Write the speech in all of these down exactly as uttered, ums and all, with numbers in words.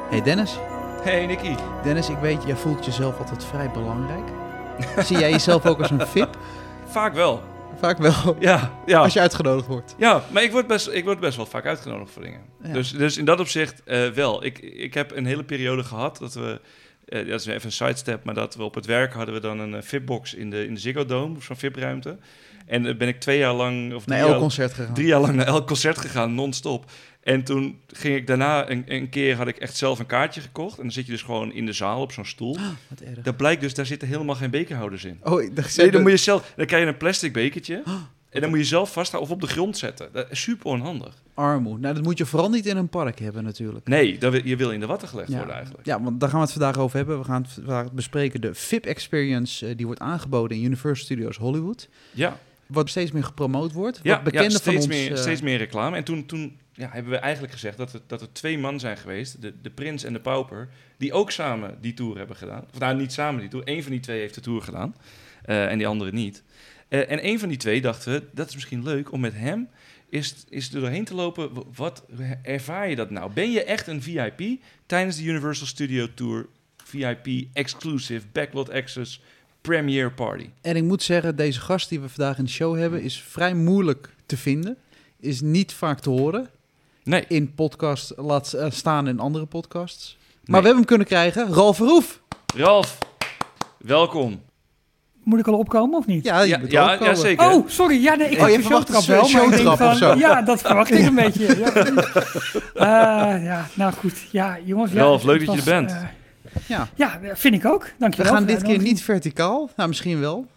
Hey Dennis. Hey Nicky. Dennis, ik weet, jij voelt jezelf altijd vrij belangrijk. Zie jij jezelf ook als een V I P? Vaak wel. Vaak wel. Ja, ja. Als je uitgenodigd wordt. Ja, maar ik word best, ik word best wel vaak uitgenodigd voor dingen. Ja. Dus, dus in dat opzicht uh, wel. Ik, ik heb een hele periode gehad dat we... Uh, dat is even een sidestep, maar dat we op het werk hadden we dan een uh, V I P-box in de, in de Ziggo Dome, zo'n V I P-ruimte. En uh, ben ik twee jaar lang... Of naar elk jaar, concert gegaan. Drie jaar lang naar elk concert gegaan, non-stop. En toen ging ik daarna, een, een keer had ik echt zelf een kaartje gekocht. En dan zit je dus gewoon in de zaal op zo'n stoel. Oh, wat erg. Dat blijkt dus, daar zitten helemaal geen bekerhouders in. Oh, ik dacht, nee, dan moet je zelf, dan krijg je een plastic bekertje. Oh, en dan moet je zelf vasthouden of op de grond zetten. Dat is super onhandig. Armoe. Nou, dat moet je vooral niet in een park hebben natuurlijk. Nee, dat, je wil in de watten gelegd ja. worden eigenlijk. Ja, want daar gaan we het vandaag over hebben. We gaan het vandaag bespreken. De V I P-experience uh, die wordt aangeboden in Universal Studios Hollywood. Ja. Wat steeds meer gepromoot wordt. Ja, wat bekende ja steeds, van ons, meer, uh... steeds meer reclame. En toen, toen ja, hebben we eigenlijk gezegd dat, het, dat er twee mannen zijn geweest, de, de Prins en de Pauper, die ook samen die tour hebben gedaan. Of nou, niet samen die tour. Eén van die twee heeft de tour gedaan uh, en die andere niet. Uh, en een van die twee dachten we, dat is misschien leuk om met hem is, is er doorheen te lopen. Wat ervaar je dat nou? Ben je echt een V I P tijdens de Universal Studio Tour? V I P, exclusive, backlot access, premiere party. En ik moet zeggen, deze gast die we vandaag in de show hebben is vrij moeilijk te vinden. Is niet vaak te horen. Nee. In podcast, laat staan in andere podcasts. Maar nee. we hebben hem kunnen krijgen. Ralf Verhoef. Ralf, welkom. Moet ik al opkomen of niet? Ja, je ja, moet ja, opkomen. ja, zeker. Oh, sorry. Ja, nee, ik oh, heb je de verwacht showtrap een wel. Maar ik denk showtrap van, of zo. ja, dat verwacht ik een beetje. Ja, uh, ja, nou goed. Ja, jongens. Ralf, ja, leuk dat was, je er bent. Uh, ja. ja, vind ik ook. Dankjewel. We gaan dit keer niet verticaal. Nou, misschien wel.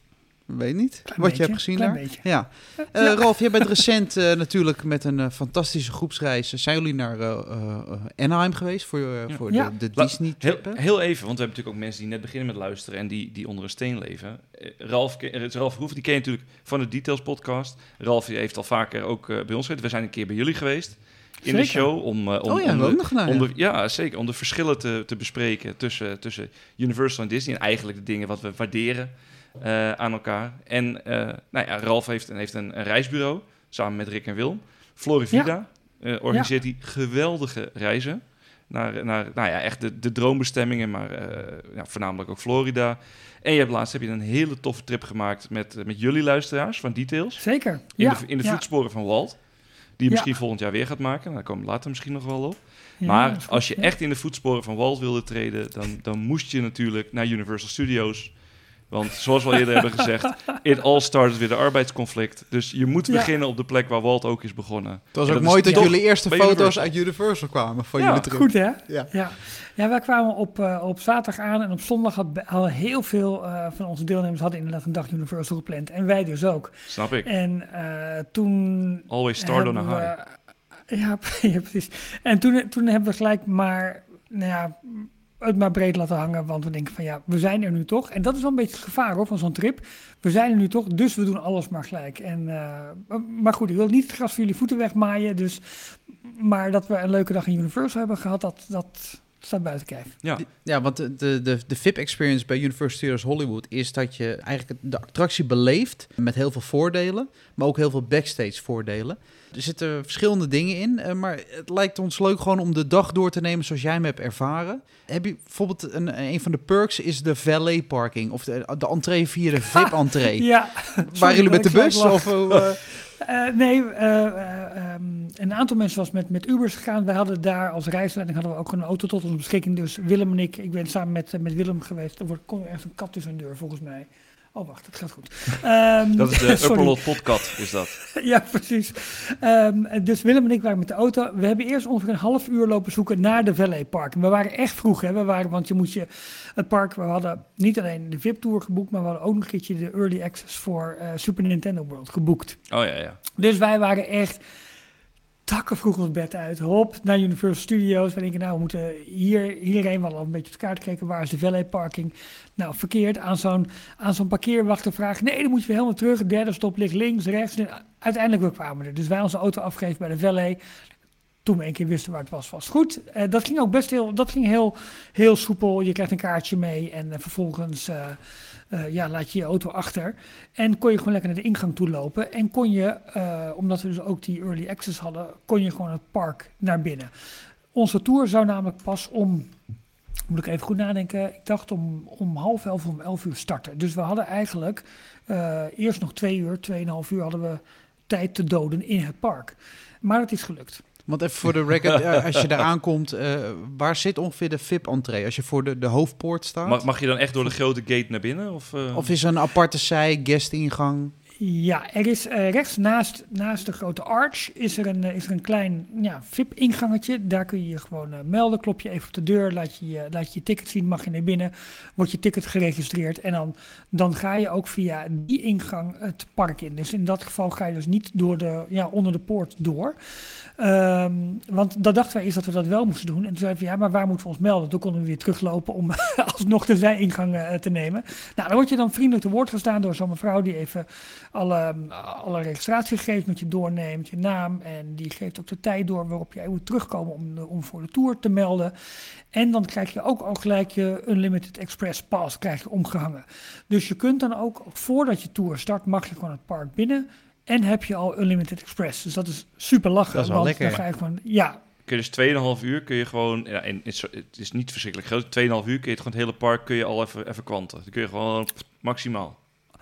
Weet niet. Klein wat beetje, je hebt gezien daar. beetje. Ja. Uh, ja. Ralf, jij bent recent uh, natuurlijk met een uh, fantastische groepsreis. Uh, zijn jullie naar uh, uh, Anaheim geweest voor, uh, ja. voor ja. de, de Disney-trip? Heel, heel even, want we hebben natuurlijk ook mensen die net beginnen met luisteren en die, die onder een steen leven. Uh, Ralf, Ralf Verhoef, die ken je natuurlijk van de Details podcast. Ralf heeft al vaker ook uh, bij ons gezeten. We zijn een keer bij jullie geweest in zeker. de show. Om, uh, om, oh ja, om, de, de, nog gedaan, om ja. de, ja, zeker. Om de verschillen te, te bespreken tussen, tussen Universal en Disney. En eigenlijk de dingen wat we waarderen. Uh, aan elkaar. En uh, nou ja, Ralf heeft, heeft een, een reisbureau, samen met Rick en Wilm. Florivida ja. uh, organiseert hij ja. geweldige reizen. Naar, naar nou ja, echt de, de droombestemmingen, maar uh, ja, voornamelijk ook Florida. En je hebt laatst heb je een hele toffe trip gemaakt met, uh, met jullie luisteraars van Details. Zeker. In ja. de, in de ja. voetsporen van Walt. Die je ja. misschien volgend jaar weer gaat maken. Daar komen we later misschien nog wel op. Ja, maar goed, als je ja. echt in de voetsporen van Walt wilde treden, dan, dan moest je natuurlijk naar Universal Studios. Want zoals we al eerder hebben gezegd, it all started with een arbeidsconflict. Dus je moet ja. beginnen op de plek waar Walt ook is begonnen. Het was ook dat mooi dat jullie eerste foto's Universal. uit Universal kwamen van ja, jullie trip. Goed hè? Ja, ja. ja wij kwamen op, uh, op zaterdag aan en op zondag had, hadden heel veel uh, van onze deelnemers hadden inderdaad een dag Universal gepland. En wij dus ook. Snap ik. En uh, toen... Always start on a high. We, ja, ja, precies. En toen, toen hebben we gelijk maar... Nou ja, het maar breed laten hangen, want we denken van ja, we zijn er nu toch. En dat is wel een beetje het gevaar hoor, van zo'n trip. We zijn er nu toch, dus we doen alles maar gelijk. En, uh, maar goed, ik wil niet het gras voor jullie voeten wegmaaien. Dus, maar dat we een leuke dag in Universal hebben gehad, dat, dat staat buiten kijf. Ja, ja want de, de, de V I P-experience bij Universal Studios Hollywood is dat je eigenlijk de attractie beleeft met heel veel voordelen, maar ook heel veel backstage voordelen. Er zitten verschillende dingen in, maar het lijkt ons leuk gewoon om de dag door te nemen zoals jij hem hebt ervaren. Heb je bijvoorbeeld een, een van de perks is de valet parking of de, de entree via de V I P-entree. Ja. Waren jullie met de bus? Of, uh... Uh, nee, uh, uh, um, een aantal mensen was met, met Ubers gegaan. Wij hadden daar als reisleiding hadden we ook een auto tot onze beschikking. Dus Willem en ik, ik ben samen met, uh, met Willem geweest. Er wordt komt echt een kat tussen een deur volgens mij. Oh, wacht, het gaat goed. Um, dat is de Upperlot Podcat, is dat. Ja, precies. Um, dus Willem en ik waren met de auto. We hebben eerst ongeveer een half uur lopen zoeken naar de Valet Park. We waren echt vroeg, hè. We waren, want je moet je het park... We hadden niet alleen de V I P-tour geboekt, maar we hadden ook nog een keertje de Early Access voor uh, Super Nintendo World geboekt. Oh ja, ja. Dus wij waren echt... takken vroeg ons bed uit, hop, naar Universal Studios. We denken, nou, we moeten hier, hierheen wel een beetje op de kaart kijken. Waar is de valet parking? Nou, verkeerd, aan zo'n, aan zo'n parkeerwachter vragen. Nee, dan moet je weer helemaal terug. Derde stop ligt links, rechts. En uiteindelijk we kwamen er. Dus wij onze auto afgegeven bij de valet. Toen we een keer wisten waar het was, was goed. Uh, dat ging ook best heel, dat ging heel, heel soepel. Je krijgt een kaartje mee en uh, vervolgens... Uh, Uh, ja, laat je je auto achter. En kon je gewoon lekker naar de ingang toe lopen. En kon je, uh, omdat we dus ook die early access hadden, kon je gewoon het park naar binnen. Onze tour zou namelijk pas om, moet ik even goed nadenken, ik dacht om, om half elf of om elf uur starten. Dus we hadden eigenlijk uh, eerst nog twee uur, tweeënhalf uur hadden we tijd te doden in het park. Maar het is gelukt. Want even voor de record, uh, als je daar aankomt, uh, waar zit ongeveer de V I P-entree? Als je voor de, de hoofdpoort staat? Mag, mag je dan echt door de grote gate naar binnen? Of, uh... of is er een aparte zij, guestingang? Ja, er is uh, rechts naast, naast de grote arch is er een, uh, is er een klein ja, V I P-ingangetje. Daar kun je je gewoon uh, melden. Klop je even op de deur, laat je, uh, laat je je ticket zien, mag je naar binnen. Wordt je ticket geregistreerd en dan, dan ga je ook via die ingang het park in. Dus in dat geval ga je dus niet door de, ja, onder de poort door. Um, want dat dachten wij eerst dat we dat wel moesten doen. En toen zeiden we, ja, maar waar moeten we ons melden? Toen konden we weer teruglopen om alsnog de zijingang uh, te nemen. Nou, dan word je dan vriendelijk te woord gestaan door zo'n mevrouw die even alle, alle registratiegegevens met je doorneemt, je naam. En die geeft ook de tijd door waarop jij moet terugkomen om, de, om voor de tour te melden. En dan krijg je ook al gelijk je Unlimited Express Pass krijg je omgehangen. Dus je kunt dan ook, voordat je tour start, mag je gewoon het park binnen. En heb je al Unlimited Express. Dus dat is super lachen. Dat is wel want lekker. Dan ga je gewoon, ja. Kun je dus tweeënhalf uur kun je gewoon... Ja, en het, is, het is niet verschrikkelijk groot. tweeënhalf uur kun je het gewoon het hele park kun je al even, even kwanten. Dan kun je gewoon pff, maximaal.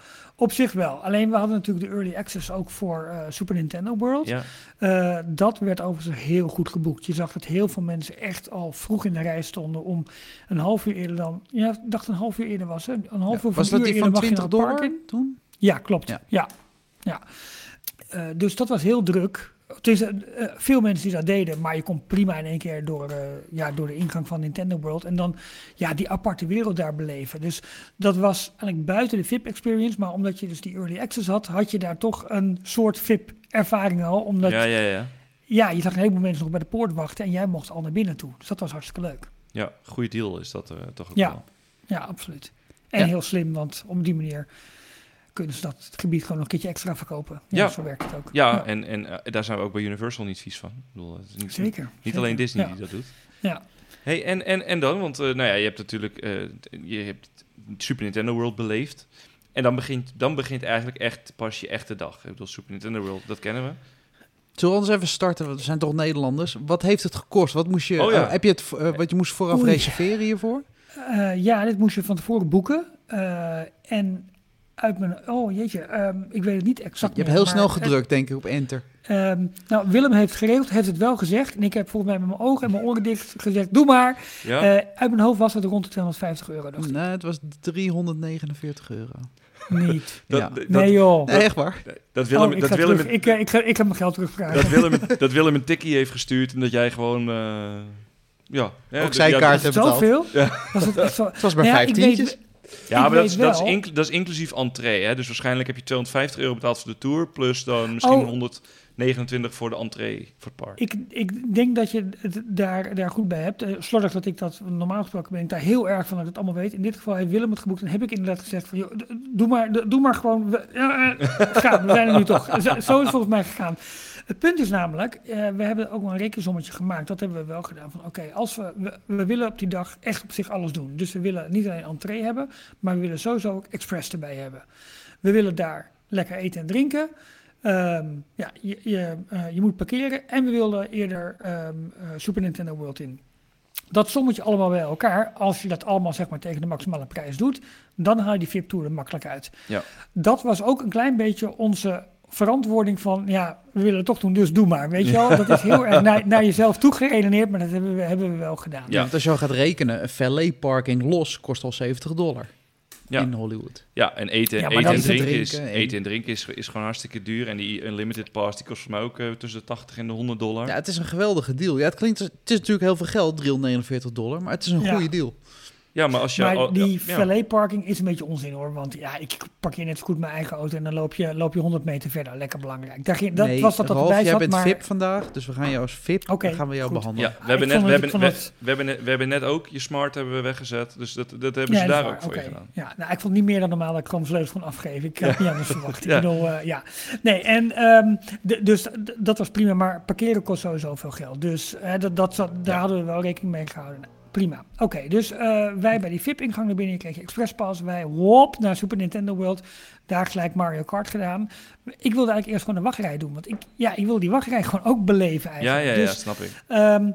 Op zich wel. Alleen we hadden natuurlijk de Early Access ook voor uh, Super Nintendo World. Ja. Uh, dat werd overigens heel goed geboekt. Je zag dat heel veel mensen echt al vroeg in de rij stonden om een half uur eerder dan... Ja, ik dacht een half uur eerder was het. Een half Ja, uur was van dat uur die eerder van mag je twintig naar het park dollar in. toen? Ja, klopt. Ja. Ja. Ja. Uh, dus dat was heel druk. Het is, uh, veel mensen die dat deden, maar je kon prima in één keer door, uh, ja, door de ingang van Nintendo World en dan ja, die aparte wereld daar beleven. Dus dat was eigenlijk buiten de V I P-experience, maar omdat je dus die Early Access had, had je daar toch een soort V I P-ervaring al. Omdat, Ja, ja, ja. ja, je zag een heleboel mensen nog bij de poort wachten en jij mocht al naar binnen toe. Dus dat was hartstikke leuk. Ja, goede deal is dat uh, toch ook Ja. wel. Ja, absoluut. En Ja. heel slim, want op die manier kunnen ze dat het gebied gewoon nog een keertje extra verkopen. Ja, Ja. zo werkt het ook. Ja, Ja. en, en uh, daar zijn we ook bij Universal niet vies van. Ik bedoel, het is niet, Zeker. niet zeker. alleen Disney Ja. die dat doet. Ja. Hey, en, en, en dan, want uh, nou ja, je hebt natuurlijk uh, je hebt Super Nintendo World beleefd. En dan begint, dan begint eigenlijk echt pas je echte dag. Ik bedoel, Super Nintendo World, dat kennen we. Zullen we ons even starten? Want we zijn toch Nederlanders. Wat heeft het gekost? Wat moest je? Oh ja. uh, heb je het? Uh, wat je moest vooraf Oei. reserveren hiervoor? Uh, ja, dit moest je van tevoren boeken. Uh, en uit mijn... Oh jeetje, um, ik weet het niet exact Je hebt meer, heel maar, snel gedrukt, denk ik, op enter. Um, nou, Willem heeft geregeld, heeft het wel gezegd. En ik heb volgens mij met mijn ogen en mijn oren dicht gezegd, doe maar. Ja? Uh, uit mijn hoofd was het rond de tweehonderdvijftig euro. Dacht ik. Nee, het was driehonderdnegenenveertig euro. Niet. Dat, Ja. dat, Nee joh. Nee, echt waar? dat Willem, oh, ik, dat ga Willem, terug. ik, uh, ik, ga, ik ga mijn geld terugvragen. dat Willem, dat Willem een tikkie heeft gestuurd en dat jij gewoon... Uh, ja. ja, Ook zijkaart ja, Was het hebt betaald. zoveel? Ja. Was het echt zo? Het was maar Nou ja, vijf ik weet- tientjes. Ja, Ik maar dat weet is, dat, is wel- inclu- dat is inclusief entree. Hè? Dus waarschijnlijk heb je tweehonderdvijftig euro betaald voor de tour... plus dan misschien Oh. honderdnegenentwintig voor de entree voor het park. Ik, ik denk dat je het daar, daar goed bij hebt. Uh, slordig dat ik dat, normaal gesproken ben ik daar heel erg van dat ik het allemaal weet. In dit geval heeft Willem het geboekt en heb ik inderdaad gezegd van, joh, d- doe maar, d- doe maar gewoon, we, ja, uh, gaan, we zijn er nu toch. Zo, zo is het volgens mij gegaan. Het punt is namelijk, uh, we hebben ook wel een rekensommetje gemaakt. Dat hebben we wel gedaan. Van oké, als we, we, we willen op die dag echt op zich alles doen. Dus we willen niet alleen entree hebben, maar we willen sowieso ook express erbij hebben. We willen daar lekker eten en drinken. Um, ja, je, je, uh, je moet parkeren en we wilden eerder um, uh, Super Nintendo World in. Dat sommetje allemaal bij elkaar, als je dat allemaal zeg maar tegen de maximale prijs doet, dan haal je die V I P-tour er makkelijk uit. Ja. Dat was ook een klein beetje onze verantwoording van, ja, we willen het toch doen, dus doe maar. Weet je wel, dat is heel erg naar, naar jezelf toe geredeneerd, maar dat hebben we, hebben we wel gedaan. Ja. Want als je al gaat rekenen, een valet parking los kost al zeventig dollar Ja. in Hollywood. Ja, en eten, Ja, maar eten, dat en, is het drinken is, drinken en- eten en drinken is, is gewoon hartstikke duur. En die Unlimited Pass die kost voor mij ook uh, tussen de tachtig en de honderd dollar. Ja, het is een geweldige deal. Ja, het klinkt, het is natuurlijk heel veel geld, driehonderdnegenenveertig dollar, maar het is een Ja. goede deal. Ja, maar als je... Maar al- die ja, valet parking is een beetje onzin hoor. Want ja, ik parkeer net zo goed mijn eigen auto en dan loop je, loop je honderd meter verder. Lekker belangrijk. Daar ging, dat nee, was dat dat Ralf, erbij jij zat, bent maar... V I P vandaag, dus we gaan jou als V I P, Oké, dan gaan we jou goed. behandelen. Ja, we hebben, ik net, vond we, het- hebben, ik we, vond het- we, hebben net, we hebben net ook je smart hebben we weggezet. Dus dat, dat hebben Ja, ze dat daar is ook waar, voor oké. je gedaan. Ja, nou, ik vond niet meer dan normaal dat ik gewoon sleutels kon afgeven. Ik had niet anders verwacht. Ja. Ik bedoel, uh, ja. Nee, en um, de, dus d- dat was prima, maar parkeren kost sowieso veel geld. Dus uh, dat, dat, zat- daar Ja. hadden we wel rekening mee gehouden. Prima. Oké, okay, dus uh, wij bij die V I P-ingang naar binnen, je kreeg je expresspas. Wij wop naar Super Nintendo World. Daar gelijk Mario Kart gedaan. Ik wilde eigenlijk eerst gewoon een wachtrij doen. Want ik, ja, ik wil die wachtrij gewoon ook beleven Ja, eigenlijk. ja, ja, dus, snap ik. Um,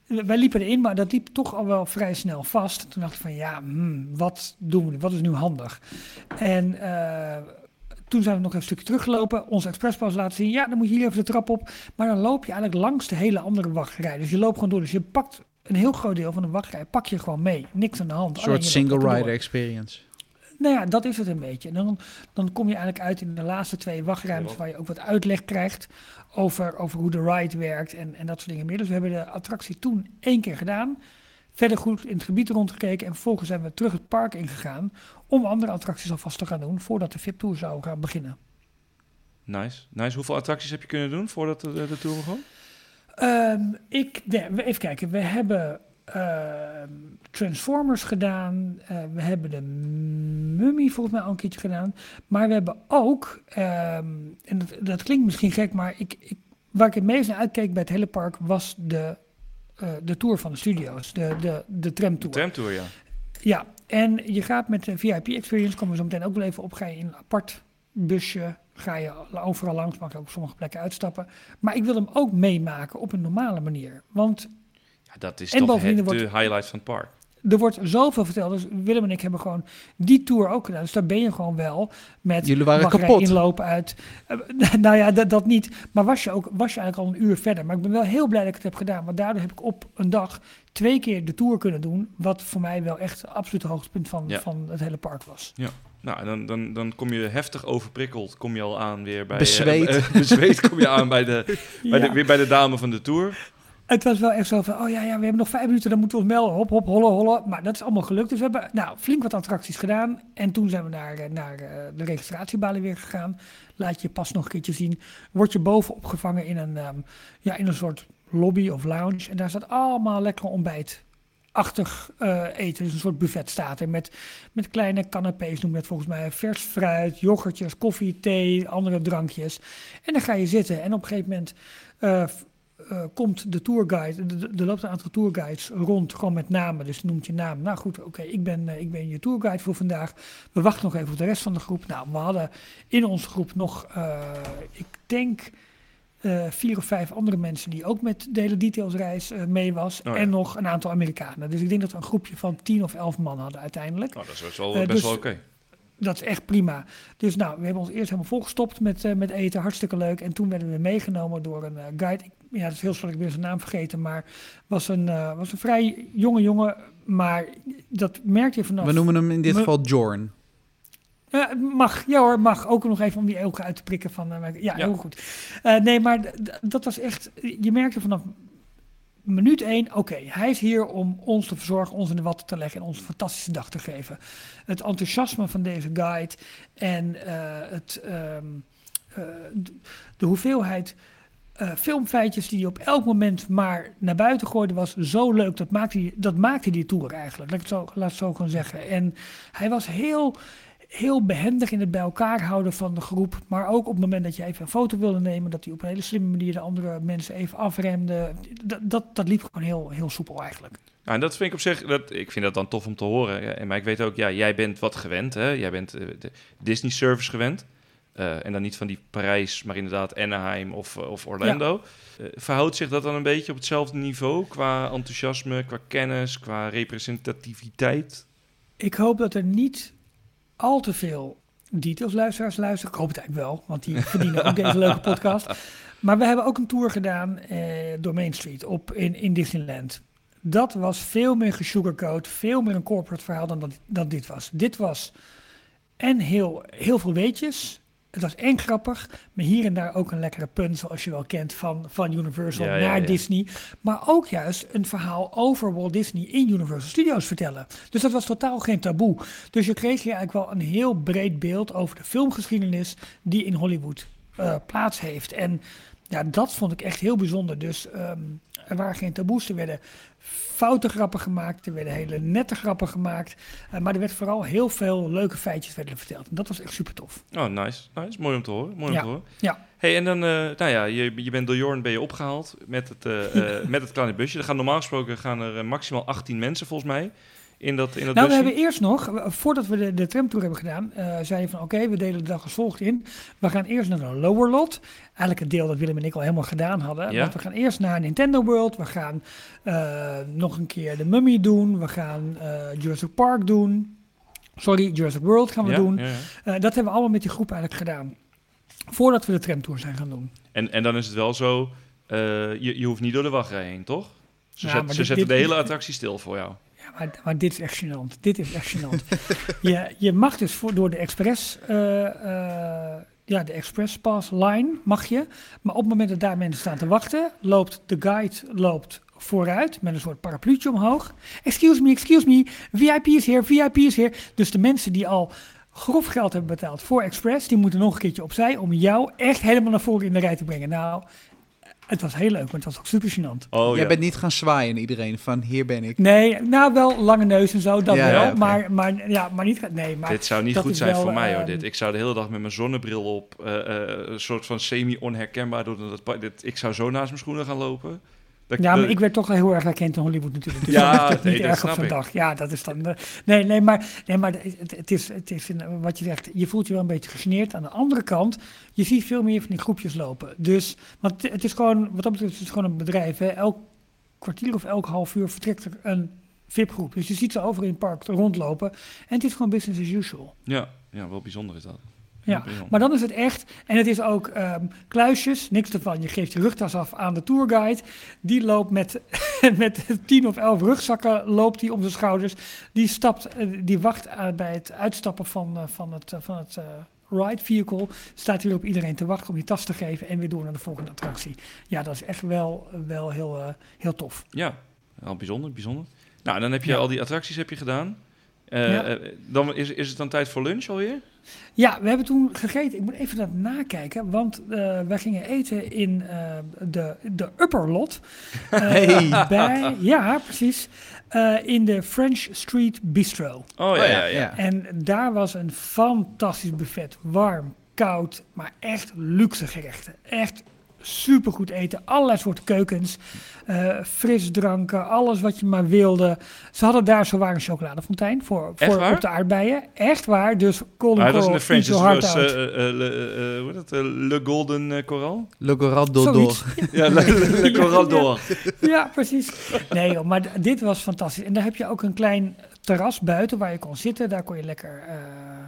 wij liepen erin, maar dat liep toch al wel vrij snel vast. Toen dacht ik van, ja, hmm, wat doen we? Wat is nu handig? En uh, toen zijn we nog even een stukje teruggelopen, onze expresspas laten zien. Ja, dan moet je hier even de trap op. Maar dan loop je eigenlijk langs de hele andere wachtrij. Dus je loopt gewoon door. Dus je pakt een heel groot deel van de wachtrij, pak je gewoon mee. Niks aan de hand. Een soort single rider experience. Nou ja, dat is het een beetje. En dan, dan kom je eigenlijk uit in de laatste twee wachtruimtes waar je ook wat uitleg krijgt over, over hoe de ride werkt en, en dat soort dingen meer. Dus we hebben de attractie toen één keer gedaan, verder goed in het gebied rondgekeken en vervolgens zijn we terug het park ingegaan om andere attracties alvast te gaan doen voordat de V I P-tour zou gaan beginnen. Nice. Nice. Hoeveel attracties heb je kunnen doen voordat de, de tour begon? Um, ik, de, even kijken, we hebben uh, Transformers gedaan, uh, we hebben de Mummy volgens mij al een keertje gedaan, maar we hebben ook, um, en dat, dat klinkt misschien gek, maar ik, ik, waar ik het meest naar uitkeek bij het hele park was de, uh, de tour van de studio's, de, de, de tramtour. De tramtour, ja. Ja, en je gaat met de V I P-experience, komen we zo meteen ook wel even op, ga je in een apart busje, ga je overal langs, mag je ook op sommige plekken uitstappen. Maar ik wil hem ook meemaken op een normale manier. Want ja, dat is en toch het, de wordt, highlight van het park. Er wordt zoveel verteld. Dus Willem en ik hebben gewoon die tour ook gedaan. Dus daar ben je gewoon wel met Jullie waren kapot. Inlopen uit. Uh, nou ja, dat, dat niet. Maar was je, ook, was je eigenlijk al een uur verder. Maar ik ben wel heel blij dat ik het heb gedaan. Want daardoor heb ik op een dag twee keer de tour kunnen doen. Wat voor mij wel echt het absolute hoogtepunt van, ja. van het hele park was. Ja. Nou, dan, dan, dan kom je heftig overprikkeld, kom je al aan weer bij... Bezweet. Uh, bezweet kom je aan bij de, bij ja. de, weer bij de dame van de tour. Het was wel echt zo van, oh ja, ja, we hebben nog vijf minuten, dan moeten we ons melden. Hop, hop, hollen, hollen. Maar dat is allemaal gelukt. Dus we hebben nou, flink wat attracties gedaan. En toen zijn we naar, naar uh, de registratiebalie weer gegaan. Laat je pas nog een keertje zien. Word je boven opgevangen in een, um, ja, in een soort lobby of lounge. En daar staat allemaal lekker ontbijt. Achtig uh, eten, dus een soort buffet staat er met, met kleine canapés, noem je het volgens mij, vers fruit, yoghurtjes, koffie, thee, andere drankjes. En dan ga je zitten en op een gegeven moment uh, uh, komt de tourguide, er loopt een aantal tourguides rond, gewoon met namen, dus noemt je naam. Nou goed, oké, okay, ik, ben, uh, ik ben je tourguide voor vandaag. We wachten nog even op de rest van de groep. Nou, we hadden in onze groep nog, uh, ik denk... Uh, vier of vijf andere mensen die ook met de hele detailsreis uh, mee was. Oh ja. En nog een aantal Amerikanen. Dus ik denk dat we een groepje van tien of elf man hadden uiteindelijk. Oh, dat is best wel, uh, best dus, wel oké. Okay. Dat is echt prima. Dus nou, we hebben ons eerst helemaal volgestopt met, uh, met eten. Hartstikke leuk. En toen werden we meegenomen door een uh, guide. Ik, ja, dat is heel slecht, ik ben zijn naam vergeten. Maar was een, uh, was een vrij jonge jongen. Maar dat merkte je vanaf... We noemen hem in dit me, geval Jorn. Uh, mag, ja hoor, mag. Ook nog even om die ogen uit te prikken van... Uh, ja, ja, heel goed. Uh, nee, maar d- dat was echt... Je merkte vanaf minuut één... Oké, okay, hij is hier om ons te verzorgen, ons in de watten te leggen... en ons een fantastische dag te geven. Het enthousiasme van deze guide... en uh, het, um, uh, de hoeveelheid... Uh, filmfeitjes die hij op elk moment maar naar buiten gooide... was zo leuk. Dat maakte die, dat maakte die tour eigenlijk. Laat ik het zo, laat het zo gewoon zeggen. En hij was heel... heel behendig in het bij elkaar houden van de groep. Maar ook op het moment dat je even een foto wilde nemen... dat hij op een hele slimme manier de andere mensen even afremde. Dat, dat, dat liep gewoon heel, heel soepel eigenlijk. Nou, en dat vind ik op zich... Dat, ik vind dat dan tof om te horen. Ja, maar ik weet ook, ja, jij bent wat gewend. Hè? Jij bent uh, de Disney-service gewend. Uh, en dan niet van die Parijs, maar inderdaad Anaheim of, of Orlando. Ja. Uh, verhoudt zich dat dan een beetje op hetzelfde niveau... qua enthousiasme, qua kennis, qua representativiteit? Ik hoop dat er niet... al te veel detailsluisteraars luisteren. Ik hoop het eigenlijk wel, want die verdienen ook deze leuke podcast. Maar we hebben ook een tour gedaan eh, door Main Street op, in, in Disneyland. Dat was veel meer gesugarcoat, veel meer een corporate verhaal dan dat, dan dit was. Dit was en heel, heel veel weetjes. Het was en grappig, maar hier en daar ook een lekkere punt, zoals je wel kent, van, van Universal ja, naar ja, ja. Disney. Maar ook juist een verhaal over Walt Disney in Universal Studios vertellen. Dus dat was totaal geen taboe. Dus je kreeg hier eigenlijk wel een heel breed beeld over de filmgeschiedenis die in Hollywood uh, plaats heeft. En ja, dat vond ik echt heel bijzonder. Dus um, er waren geen taboes, er werden foute grappen gemaakt, er werden hele nette grappen gemaakt. Uh, maar er werd vooral heel veel leuke feitjes werden verteld. En dat was echt super tof. Oh, nice. nice. Mooi om te horen. Mooi ja. om te horen. Ja. Hey, en dan, uh, nou ja, je, je bent door Jorn ben je opgehaald met het, uh, uh, met het kleine busje. Er gaan normaal gesproken gaan er uh, maximaal achttien mensen volgens mij in dat, in dat Nou, we busje? hebben eerst nog, uh, voordat we de, de tramtour hebben gedaan, uh, zeiden van oké, okay, we delen de dag als volgt in. We gaan eerst naar een lower lot. Eigenlijk het deel dat Willem en ik al helemaal gedaan hadden. Ja. Want we gaan eerst naar Nintendo World. We gaan uh, nog een keer de Mummy doen. We gaan uh, Jurassic Park doen. Sorry, Jurassic World gaan we Ja, doen. ja, ja. Uh, dat hebben we allemaal met die groep eigenlijk gedaan. Voordat we de tramtour zijn gaan doen. En, en dan is het wel zo, uh, je, je hoeft niet door de wachtrij heen, toch? Ze, Ja, zet, maar ze dit- zetten dit- de hele attractie stil voor jou. Ja, maar, maar dit is echt gênant. Dit is echt gênant. je, je mag dus voor, door de Express, uh, uh, ja, de Express Pass line mag je. Maar op het moment dat daar mensen staan te wachten, loopt de guide loopt vooruit met een soort parapluutje omhoog. Excuse me, excuse me, V I P is hier, V I P is hier. Dus de mensen die al grof geld hebben betaald voor Express, die moeten nog een keertje opzij om jou echt helemaal naar voren in de rij te brengen. Nou, het was heel leuk, maar het was ook super gênant. Oh, Jij ja. bent niet gaan zwaaien naar iedereen van hier ben ik. Nee, nou wel lange neus en zo, dat Ja, wel. ja, oké. maar, maar, ja, maar niet... Nee, maar Dit zou niet dat goed is zijn wel, voor mij, hoor. ehm, Dit. Ik zou de hele dag met mijn zonnebril op, uh, uh, een soort van semi-onherkenbaar door dat pa- dit, ik zou zo naast mijn schoenen gaan lopen. Dat, Ja, maar dat- ik werd toch wel heel erg herkend in Hollywood natuurlijk. Dus Ja, dan is het nee, niet dat erg op snap zo'n ik. dag. Ja, dat is dan... eh, nee, nee, maar, nee, maar het, het is, het is een, wat je zegt, je voelt je wel een beetje gegeneerd. Aan de andere kant, je ziet veel meer van die groepjes lopen. Dus, want het is gewoon, wat dat betreft, het is gewoon een bedrijf. Hè. Elk kwartier of elk half uur vertrekt er een V I P-groep. Dus je ziet ze over in het park rondlopen. En het is gewoon business as usual. ja, ja, wel bijzonder is dat. Ja, Bijzonder. maar dan is het echt, en het is ook ehm, kluisjes, niks ervan. Je geeft je rugtas af aan de tourguide. Die loopt met, met tien of elf rugzakken loopt die om zijn schouders. Die, stapt, eh, die wacht eh, bij het uitstappen van, eh, van het, eh, van het eh, ride vehicle. Staat hier op iedereen te wachten om die tas te geven en weer door naar de volgende attractie. Ja, dat is echt wel, wel heel, eh, heel tof. Ja, wel bijzonder, bijzonder. Nou, dan heb je Ja. al die attracties heb je gedaan. Uh, Ja. uh, dan is, is het dan tijd voor lunch alweer? Ja, we hebben toen gegeten. Ik moet even dat nakijken, want uh, wij gingen eten in uh, de, de upper lot. Uh, Hey. bij, ja, precies. Uh, in de French Street Bistro. Oh ja, ja, ja. En daar was een fantastisch buffet. Warm, koud, maar echt luxe gerechten. Echt supergoed eten. Allerlei soorten keukens. Uh, frisdranken, alles wat je maar wilde. Ze hadden daar zowaar een chocoladefontein voor, Echt voor waar? op de aardbeien. Echt waar. Dus Golden Maar dat was in Coral, de French, eat dus your het heart was, out. uh, uh, uh, uh, hoe heet dat? Uh, Le Golden uh, Coral? Le Coral Dodo. Zoiets. Ja, Le, Le, Le Coral d'Or. Ja, precies. Nee joh, maar d- dit was fantastisch. En daar heb je ook een klein terras buiten waar je kon zitten. Daar kon je lekker, uh,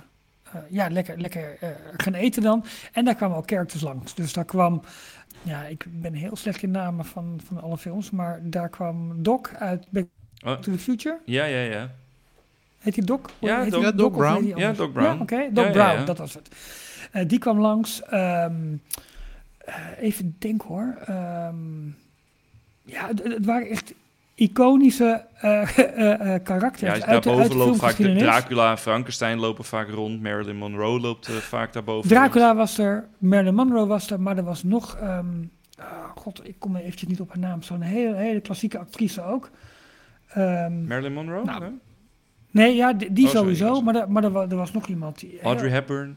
uh, ja, lekker, lekker uh, gaan eten dan. En daar kwamen ook characters langs. Dus daar kwam, ja, ik ben heel slecht in namen van, van alle films. Maar daar kwam Doc uit Back Oh. to the Future. Ja, ja, ja. Heet hij Doc? Ja, Heet Doc- hij Ja, Doc of Brown. heet hij Ja, anders? Doc Brown. Ja, oké. Doc Ja, ja, Brown, ja. dat was het. Uh, die kwam langs. Um, uh, even denken hoor. Um, ja, het, het waren echt iconische uh, uh, uh, karakters Ja, uit, de, daarboven uit de loopt vaak de filmgeschiedenis. Dracula en Frankenstein lopen vaak rond. Marilyn Monroe loopt uh, vaak daarboven. Dracula was er, Marilyn Monroe was er, maar er was nog... Um, oh God, ik kom eventjes niet op haar naam. Zo'n hele, hele klassieke actrice ook. Um, Marilyn Monroe? Nou, hè? nee, ja, die, die Oh, sorry, sowieso, dat was- maar, er, maar er, wa- er was nog iemand. Die, Audrey Hepburn?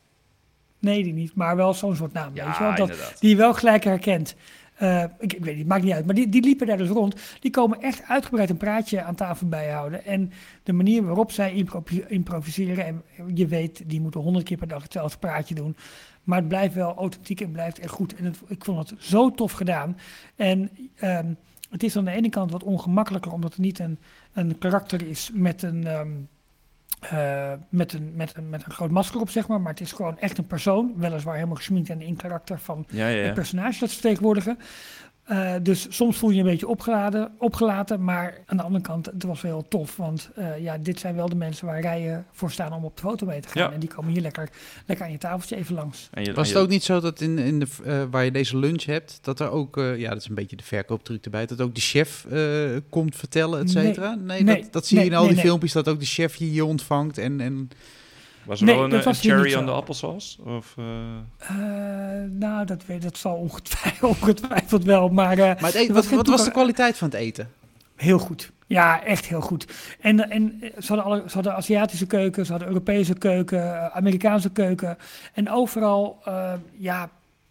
Nee, die niet, maar wel zo'n soort naam. weet je wel, Ja, dat, inderdaad. die je wel gelijk herkent. Uh, ik, ik weet niet, maakt niet uit. Maar die, die liepen daar dus rond. Die komen echt uitgebreid een praatje aan tafel bijhouden. En de manier waarop zij impro- improviseren... en je weet, die moeten honderd keer per dag hetzelfde praatje doen. Maar het blijft wel authentiek en blijft echt goed. En het, ik vond het zo tof gedaan. En um, het is aan de ene kant wat ongemakkelijker... omdat het niet een, een karakter is met een... Um, Uh, met, een, met, een, met een groot masker op, zeg maar. Maar het is gewoon echt een persoon. Weliswaar helemaal gesminkt en in karakter van Ja, ja, ja. het personage dat ze vertegenwoordigen. Uh, dus soms voel je je een beetje opgeladen, opgelaten. Maar aan de andere kant, het was wel heel tof. Want uh, ja, dit zijn wel de mensen waar rijen voor staan om op de foto mee te gaan. Ja. En die komen hier lekker, lekker aan je tafeltje even langs. En je, Was en het je- ook niet zo dat in, in de, uh, waar je deze lunch hebt, dat er ook, uh, ja, dat is een beetje de verkooptruc erbij, dat ook de chef uh, komt vertellen, et cetera? Nee, Nee, dat, dat zie je nee, in al nee, die nee. filmpjes, dat ook de chef je hier ontvangt en... en Was er Nee, wel een, dat een was hier cherry niet aan zo. de appelsauce? Of, uh... Uh, nou, dat, weet, dat zal ongetwijfeld, ongetwijfeld wel. Maar, uh, Maar het eten, er wat, geen wat was de toegang- kwaliteit van het eten? Heel goed. Ja, echt heel goed. En, en ze, hadden alle, ze hadden Aziatische keuken, ze hadden Europese keuken, uh, Amerikaanse keuken. En overal, uh, ja,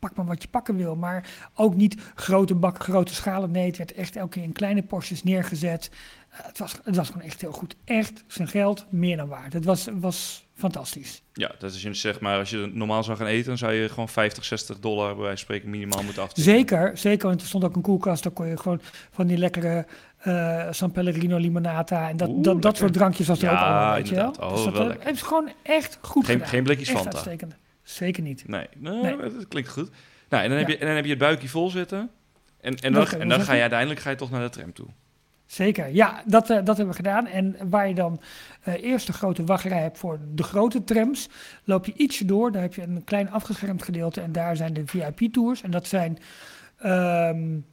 pak maar wat je pakken wil. Maar ook niet grote bakken, grote schalen. Nee, het werd echt elke keer in kleine porties neergezet. Uh, het, was, het was gewoon echt heel goed. Echt zijn geld meer dan waard. Het was, was fantastisch. Ja, dat is je zeg maar, als je normaal zou gaan eten, dan zou je gewoon vijftig, zestig dollar bij wijze van spreken minimaal moeten aftikken. Zeker, zeker. Want er stond ook een koelkast, daar kon je gewoon van die lekkere uh, San Pellegrino limonata en dat, Oeh, dat, dat soort drankjes was er ja, ook allemaal, weet je wel. Oh, dus dat wel uh, lekker. heeft gewoon echt goed geen, gedaan. geen blikjes echt Fanta. Uitstekend. Zeker niet. Nee, nou, Nee. dat klinkt goed. Nou, en dan, heb Ja. je, en dan heb je het buikje vol zitten. En, en Dat dan, kan en wel dan ga zeggen. je uiteindelijk ga je toch naar de tram toe. Zeker, ja, dat, uh, dat hebben we gedaan. En waar je dan uh, eerst de grote wachtrij hebt voor de grote trams, loop je ietsje door. Daar heb je een klein afgeschermd gedeelte en daar zijn de V I P-tours. En dat zijn um,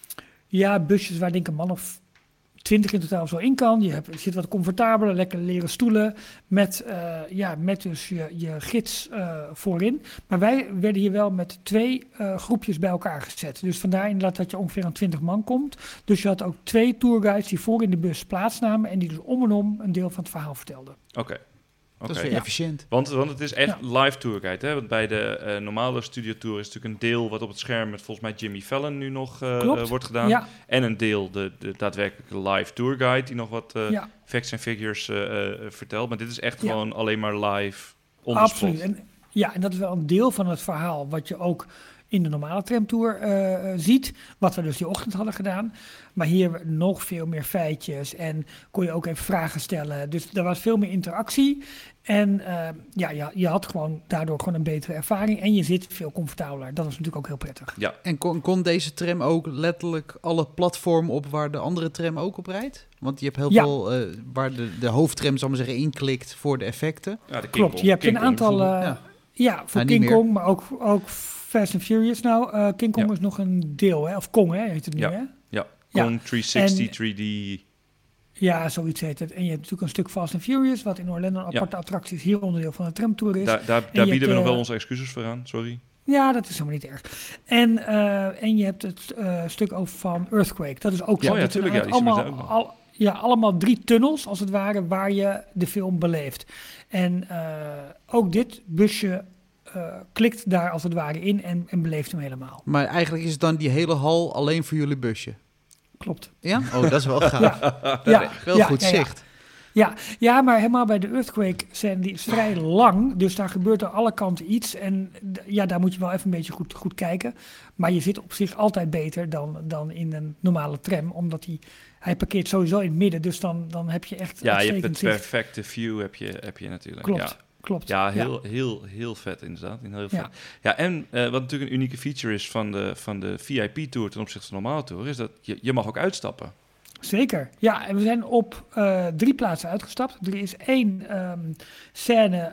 ja, busjes waar denk ik een man of twintig in totaal zo in kan. Je, hebt, je zit wat comfortabeler, lekker leren stoelen met, uh, ja, met dus je, je gids uh, voorin. Maar wij werden hier wel met twee uh, groepjes bij elkaar gezet. Dus vandaar inderdaad dat je ongeveer aan twintig man komt. Dus je had ook twee tourguides die voor in de bus plaatsnamen en die dus om en om een deel van het verhaal vertelden. Oké. Okay. Dat is Okay. weer Ja. efficiënt. Want, want het is echt Ja. live tourguide, hè? Want bij de uh, normale studiotour is natuurlijk een deel wat op het scherm met volgens mij Jimmy Fallon nu nog uh, Klopt. uh, wordt gedaan. Ja, En een deel de, de daadwerkelijke live tourguide die nog wat uh, ja. facts en figures uh, uh, vertelt. Maar dit is echt Ja. gewoon alleen maar live on the Absoluut. spot. En, ja, en dat is wel een deel van het verhaal wat je ook in de normale tramtour uh, ziet. Wat we dus die ochtend hadden gedaan. Maar hier nog veel meer feitjes en kon je ook even vragen stellen. Dus er was veel meer interactie. En uh, ja, ja, je had gewoon daardoor gewoon een betere ervaring. En je zit veel comfortabeler. Dat was natuurlijk ook heel prettig. Ja, En kon, kon deze tram ook letterlijk alle platformen op waar de andere tram ook op rijdt? Want je hebt heel Ja. veel uh, waar de, de hoofdtram, zal ik maar zeggen, inklikt voor de effecten. ja de King Klopt, Kong. je hebt King een Kong aantal... Uh, bijvoorbeeld. Ja. ja, voor Nou, niet King meer. Kong, maar ook, ook Fast and Furious. Nou, uh, King Kong Ja. is nog een deel, hè? Of Kong, hè? Heet het nu, Ja. hè? Ja, Ja. Kong driehonderdzestig En- drie D. Ja, zoiets heet het. En je hebt natuurlijk een stuk Fast and Furious, wat in Orlando een Ja. aparte attractie is, hier onderdeel van de tramtour is. Daar, daar, je daar bieden hebt, we nog uh, wel onze excuses voor aan, sorry. Ja, dat is helemaal niet erg. En, uh, en je hebt het uh, stuk over van Earthquake. Dat is ook Ja, zo. ja, Dat tuurlijk, zijn ja, die zien we allemaal, daar ook nog. al, ja, allemaal drie tunnels, als het ware, waar je de film beleeft. En uh, ook dit busje uh, klikt daar als het ware in en, en beleeft hem helemaal. Maar eigenlijk is het dan die hele hal alleen voor jullie busje. Klopt. Ja? Oh, dat is wel gaaf. Ja, ja, Wel ja, goed ja, ja. zicht. Ja, ja, maar helemaal bij de Earthquake zijn die vrij lang. Dus daar gebeurt aan alle kanten iets. En d- ja, daar moet je wel even een beetje goed, goed kijken. Maar je zit op zich altijd beter dan, dan in een normale tram. Omdat hij, hij parkeert sowieso in het midden. Dus dan, dan heb je echt Ja, je hebt uitstekend het zicht. perfecte view heb je, heb je natuurlijk. Klopt, Ja, klopt. ja heel, heel, heel vet inderdaad. Heel vet. Ja. Ja, en uh, wat natuurlijk een unieke feature is van de, van de V I P-tour ten opzichte van de normale tour, is dat je, je mag ook uitstappen. Zeker, ja. En we zijn op uh, drie plaatsen uitgestapt. Er is één um, scène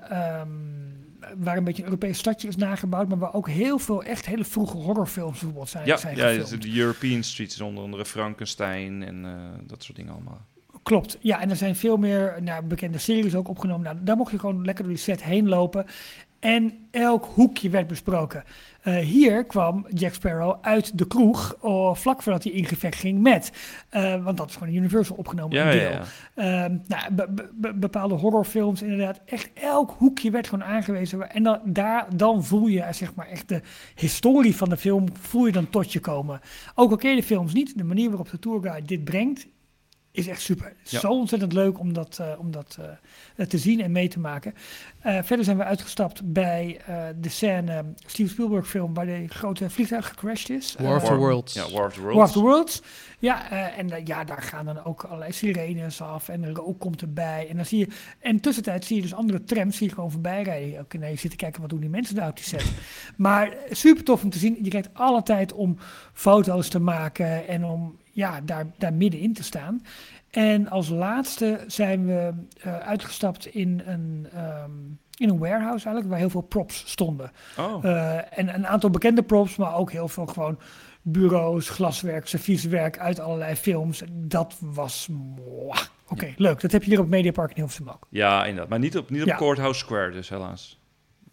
um, waar een beetje een Europees stadje is nagebouwd, maar waar ook heel veel echt hele vroege horrorfilms bijvoorbeeld zijn, Ja, zijn ja gefilmd. de European Streets, onder andere Frankenstein en uh, dat soort dingen allemaal. Klopt, ja. En er zijn veel meer nou, bekende series ook opgenomen. Nou, daar mocht je gewoon lekker door die set heen lopen. En elk hoekje werd besproken. Uh, hier kwam Jack Sparrow uit de kroeg, oh, vlak voordat hij in gevecht ging met. Uh, want dat is gewoon een Universal opgenomen Ja, deel. ja, ja. Uh, nou, be- be- bepaalde horrorfilms inderdaad. Echt elk hoekje werd gewoon aangewezen. En dan, daar, dan voel je zeg maar echt de historie van de film voel je dan tot je komen. Ook al ken je de films niet, de manier waarop de tourguide dit brengt, is echt super. Ja. Zo ontzettend leuk om dat, uh, om dat uh, te zien en mee te maken. Uh, verder zijn we uitgestapt bij uh, de scène Steven Spielberg film waar de grote vliegtuig gecrashed is. War of the Uh, Worlds. Ja, War of the Worlds. War of the Worlds. Ja, uh, en uh, ja, daar gaan dan ook allerlei sirenes af en de rook komt erbij. En dan zie je, en tussentijd zie je dus andere trams zie je gewoon voorbij rijden. Ook nee, je zit te kijken wat doen die mensen daar op die set. Maar super tof om te zien. Je krijgt alle tijd om foto's te maken en om ja, daar, daar middenin te staan. En als laatste zijn we uh, uitgestapt in een, um, in een warehouse eigenlijk, waar heel veel props stonden. Oh. Uh, en een aantal bekende props, maar ook heel veel gewoon bureaus, glaswerk, servieswerk uit allerlei films. Dat was oké, okay, leuk. Dat heb je hier op Mediapark in Hilversum ook. Ja, inderdaad. Maar niet op, niet op Ja. Courthouse Square dus, helaas.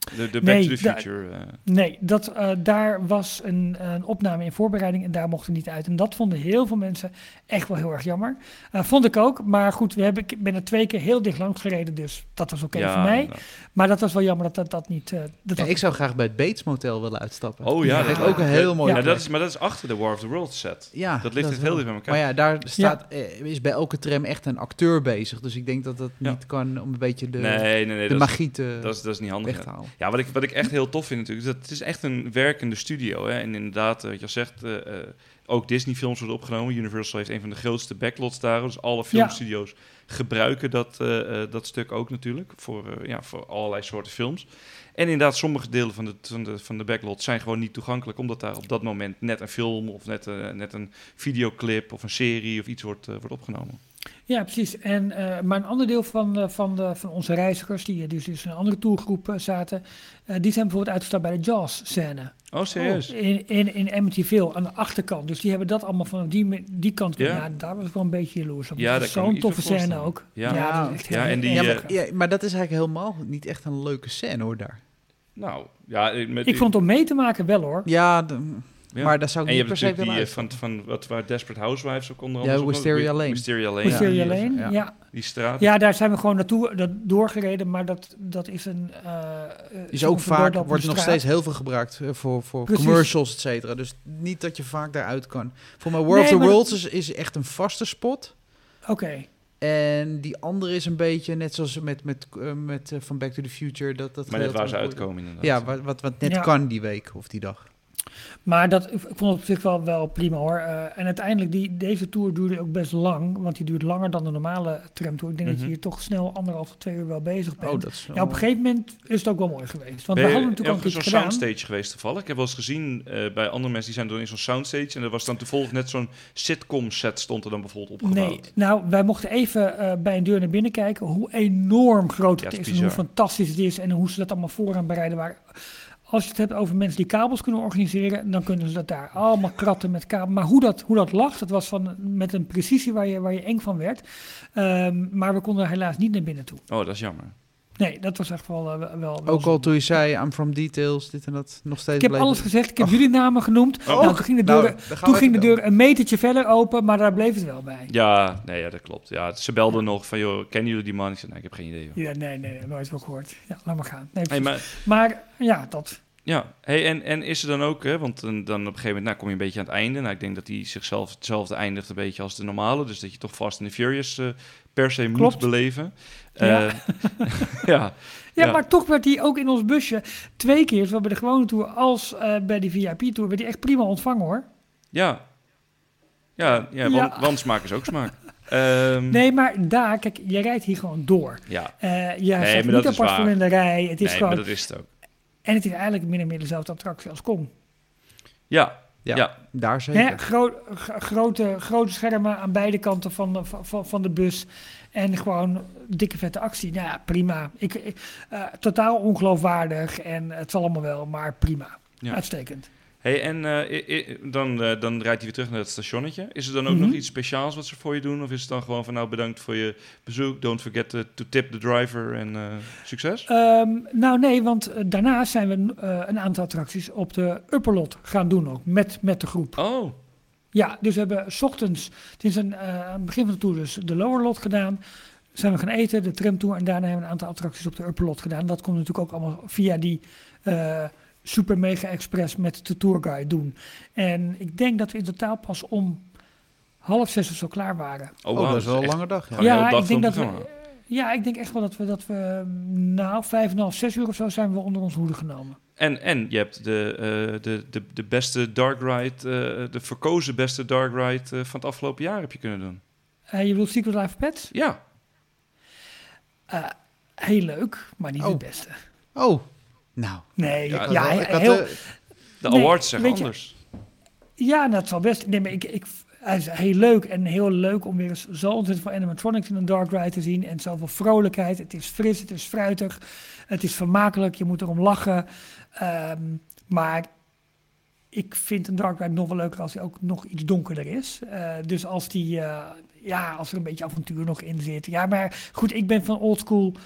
De, de Back Nee, to the da- Future. Uh. Nee, dat, uh, daar was een, een opname in voorbereiding en daar mocht het niet uit. En dat vonden heel veel mensen echt wel heel erg jammer. Uh, vond ik ook, maar goed, we hebben, ik ben er twee keer heel dicht langs gereden, dus dat was oké okay ja, voor mij. Nou. Maar dat was wel jammer dat dat, dat niet... Uh, dat ja, dat ik zou graag bij het Bates Motel willen uitstappen. Oh ja, Ja. dat is ook een heel mooi. Ja, dat is, maar dat is achter de War of the Worlds set. Ja, dat ligt dat het heel wel. dicht bij elkaar. Maar ja, daar staat, eh, is bij elke tram echt een acteur bezig. Dus ik denk dat dat Ja. niet kan om een beetje de, nee, nee, nee, de dat magie is, te dat is, dat is niet handig. weg te halen. Ja, wat ik, wat ik echt heel tof vind natuurlijk, is dat het is echt een werkende studio. Hè? En inderdaad, uh, wat je al zegt, uh, uh, ook Disney-films worden opgenomen. Universal heeft een van de grootste backlots daar. Dus alle filmstudio's ja. gebruiken dat, uh, uh, dat stuk ook natuurlijk voor, uh, ja, voor allerlei soorten films. En inderdaad, sommige delen van de, van de, van de backlot zijn gewoon niet toegankelijk, omdat daar op dat moment net een film of net, uh, net een videoclip of een serie of iets wordt, uh, wordt opgenomen. Ja, precies. En, uh, maar een ander deel van, uh, van, de, van onze reizigers, die dus, dus in een andere tourgroep uh, zaten, uh, die zijn bijvoorbeeld uitgestapt bij de Jaws-scène. Oh, serieus? Oh, in, in, in Amityville, aan de achterkant. Dus die hebben dat allemaal van die, die kant. Ja. Ja, daar was ik wel een beetje jaloers op. Ja, dat dat is kan ik zo'n me toffe iets scène voorstellen. ook. Ja. Ja, dat is echt Ja, heel- en die, heel uh, lekker. Ja, maar dat is eigenlijk helemaal niet echt een leuke scène hoor daar. Nou, ja. Met, Ik vond het om mee te maken wel hoor. Ja, de, ja. maar daar zou ik en je niet per hebt se natuurlijk willen die uh, uit. van, van wat, waar Desperate Housewives ook onder Ja, andere... Wisteria Lane. Wisteria Lane. Wisteria ja, Lane, die, ja. ja. Die straat. Ja, daar zijn we gewoon naartoe dat doorgereden, maar dat, dat is een... Uh, Is ook vaak, wordt nog steeds heel veel gebruikt uh, voor, voor commercials, et cetera. Dus niet dat je vaak daaruit kan. Voor mij War Nee, of the maar Worlds is, is echt een vaste spot. Oké. Okay. En die andere is een beetje net zoals met, met, uh, met uh, van Back to the Future. Dat, dat maar net waar ze uitkomen inderdaad. Ja, wat, wat, wat net ja. kan die week of die dag. Maar dat, ik vond het op zich wel, wel prima hoor. Uh, en uiteindelijk, die, deze tour duurde ook best lang. Want die duurt langer dan de normale tramtour. Ik denk Mm-hmm. dat je hier toch snel anderhalf tot twee uur wel bezig bent. Oh, dat is wel... Ja, op een gegeven moment is het ook wel mooi geweest. Want ben we je, hadden natuurlijk ja, ook iets zo'n gedaan. soundstage geweest toevallig. Ik heb wel eens gezien uh, bij andere mensen, die zijn door in zo'n soundstage. En er was dan toevallig net zo'n sitcom set stond er dan bijvoorbeeld opgebouwd. Nee, nou, wij mochten even uh, bij een deur naar binnen kijken hoe enorm groot het ja, is. is En hoe fantastisch het is en hoe ze dat allemaal voor aan bereiden waren. Als je het hebt over mensen die kabels kunnen organiseren, dan kunnen ze dat daar allemaal kratten met kabels. Maar hoe dat, hoe dat lag, dat was van, met een precisie waar je, waar je eng van werd. Um, maar we konden er helaas niet naar binnen toe. Oh, dat is jammer. Nee, dat was echt wel... Uh, wel, wel ook al toen je zei, I'm from details, dit en dat, nog steeds Ik heb bleef... alles gezegd, ik heb oh. jullie namen genoemd. Oh. Nou, toen ging de deur, nou, toen ging de deur een metertje verder open, maar daar bleef het wel bij. Ja, nee, ja, dat klopt. Ja, ze belden nog van, joh, kennen jullie die man? Ik zei, nee, ik heb geen idee. Joh. Ja, nee, nee, nee, nooit wel gehoord. Ja, laat maar gaan. Nee, hey, maar, maar ja, dat... Ja, hey, en, en is er dan ook, hè, want dan, dan op een gegeven moment nou, kom je een beetje aan het einde. Nou, ik denk dat hij zichzelf hetzelfde eindigt een beetje als de normale. Dus dat je toch Fast and the Furious uh, per se Klopt. moet beleven. Ja. Uh, ja. Ja, ja, maar toch werd hij ook in ons busje twee keer, zowel bij de gewone tour als uh, bij de V I P-tour, werd hij echt prima ontvangen hoor. Ja, ja, ja, Ja. want, want smaak is ook smaak. Um, Nee, maar daar, kijk, je rijdt hier gewoon door. Ja. Uh, je Nee, staat maar niet dat is apart voor waar. in de rij. Het is nee, gewoon, maar dat is het ook. en het is eigenlijk min of meer dezelfde attractie als Kong. Ja, Ja, ja. daar zeker. Hè, gro- g- grote, grote schermen aan beide kanten van de, van, van de bus. En gewoon dikke vette actie. Nou ja, prima. Ik, ik, uh, totaal ongeloofwaardig en het zal allemaal wel, maar prima. Ja. Uitstekend. Hey, en uh, i- i- dan, uh, dan rijdt hij weer terug naar het stationnetje. Is er dan ook Mhm. nog iets speciaals wat ze voor je doen? Of is het dan gewoon van, nou, bedankt voor je bezoek. Don't forget to, to tip the driver en uh, succes? Um, nou nee, want uh, daarnaast zijn we uh, een aantal attracties op de Upperlot gaan doen ook, met, met de groep. Oh, Ja, dus we hebben 's ochtends, het is een, uh, aan het begin van de tour dus de Lower Lot gedaan. Zijn we gaan eten, de tramtour en daarna hebben we een aantal attracties op de Upperlot gedaan. Dat komt natuurlijk ook allemaal via die uh, Super Mega Express met de tourguide doen. En ik denk dat we in totaal pas om half zes of zo klaar waren. oh, Oh, wow, dat is wel een echt lange dag. Ja. gewoon een hele Ja, dag ik denk van dat we, programma. ja, ik denk echt wel dat we, dat we nou, vijf en een half, zes uur of zo zijn we onder onze hoede genomen. En, en je hebt de, uh, de, de, de beste dark ride, uh, de verkozen beste dark ride uh, van het afgelopen jaar heb je kunnen doen. Uh, je bedoelt Secret Life of Pets? Ja. Uh, heel leuk, maar niet Oh. het beste. Oh, nou. Nee, Ja, ja, ik had, heel, eh, De Nee, awards zeggen weet je- anders. ja, dat zal best. Nee, maar ik, ik, hij is heel leuk en heel leuk om weer eens zo ontzettend veel animatronics in een dark ride te zien. En zoveel vrolijkheid. Het is fris, het is fruitig, het is vermakelijk, je moet erom lachen. Um, maar ik vind een dark ride nog wel leuker als hij ook nog iets donkerder is. Uh, dus als die, uh, ja, als er een beetje avontuur nog in zit. Ja, maar goed, ik ben van oldschool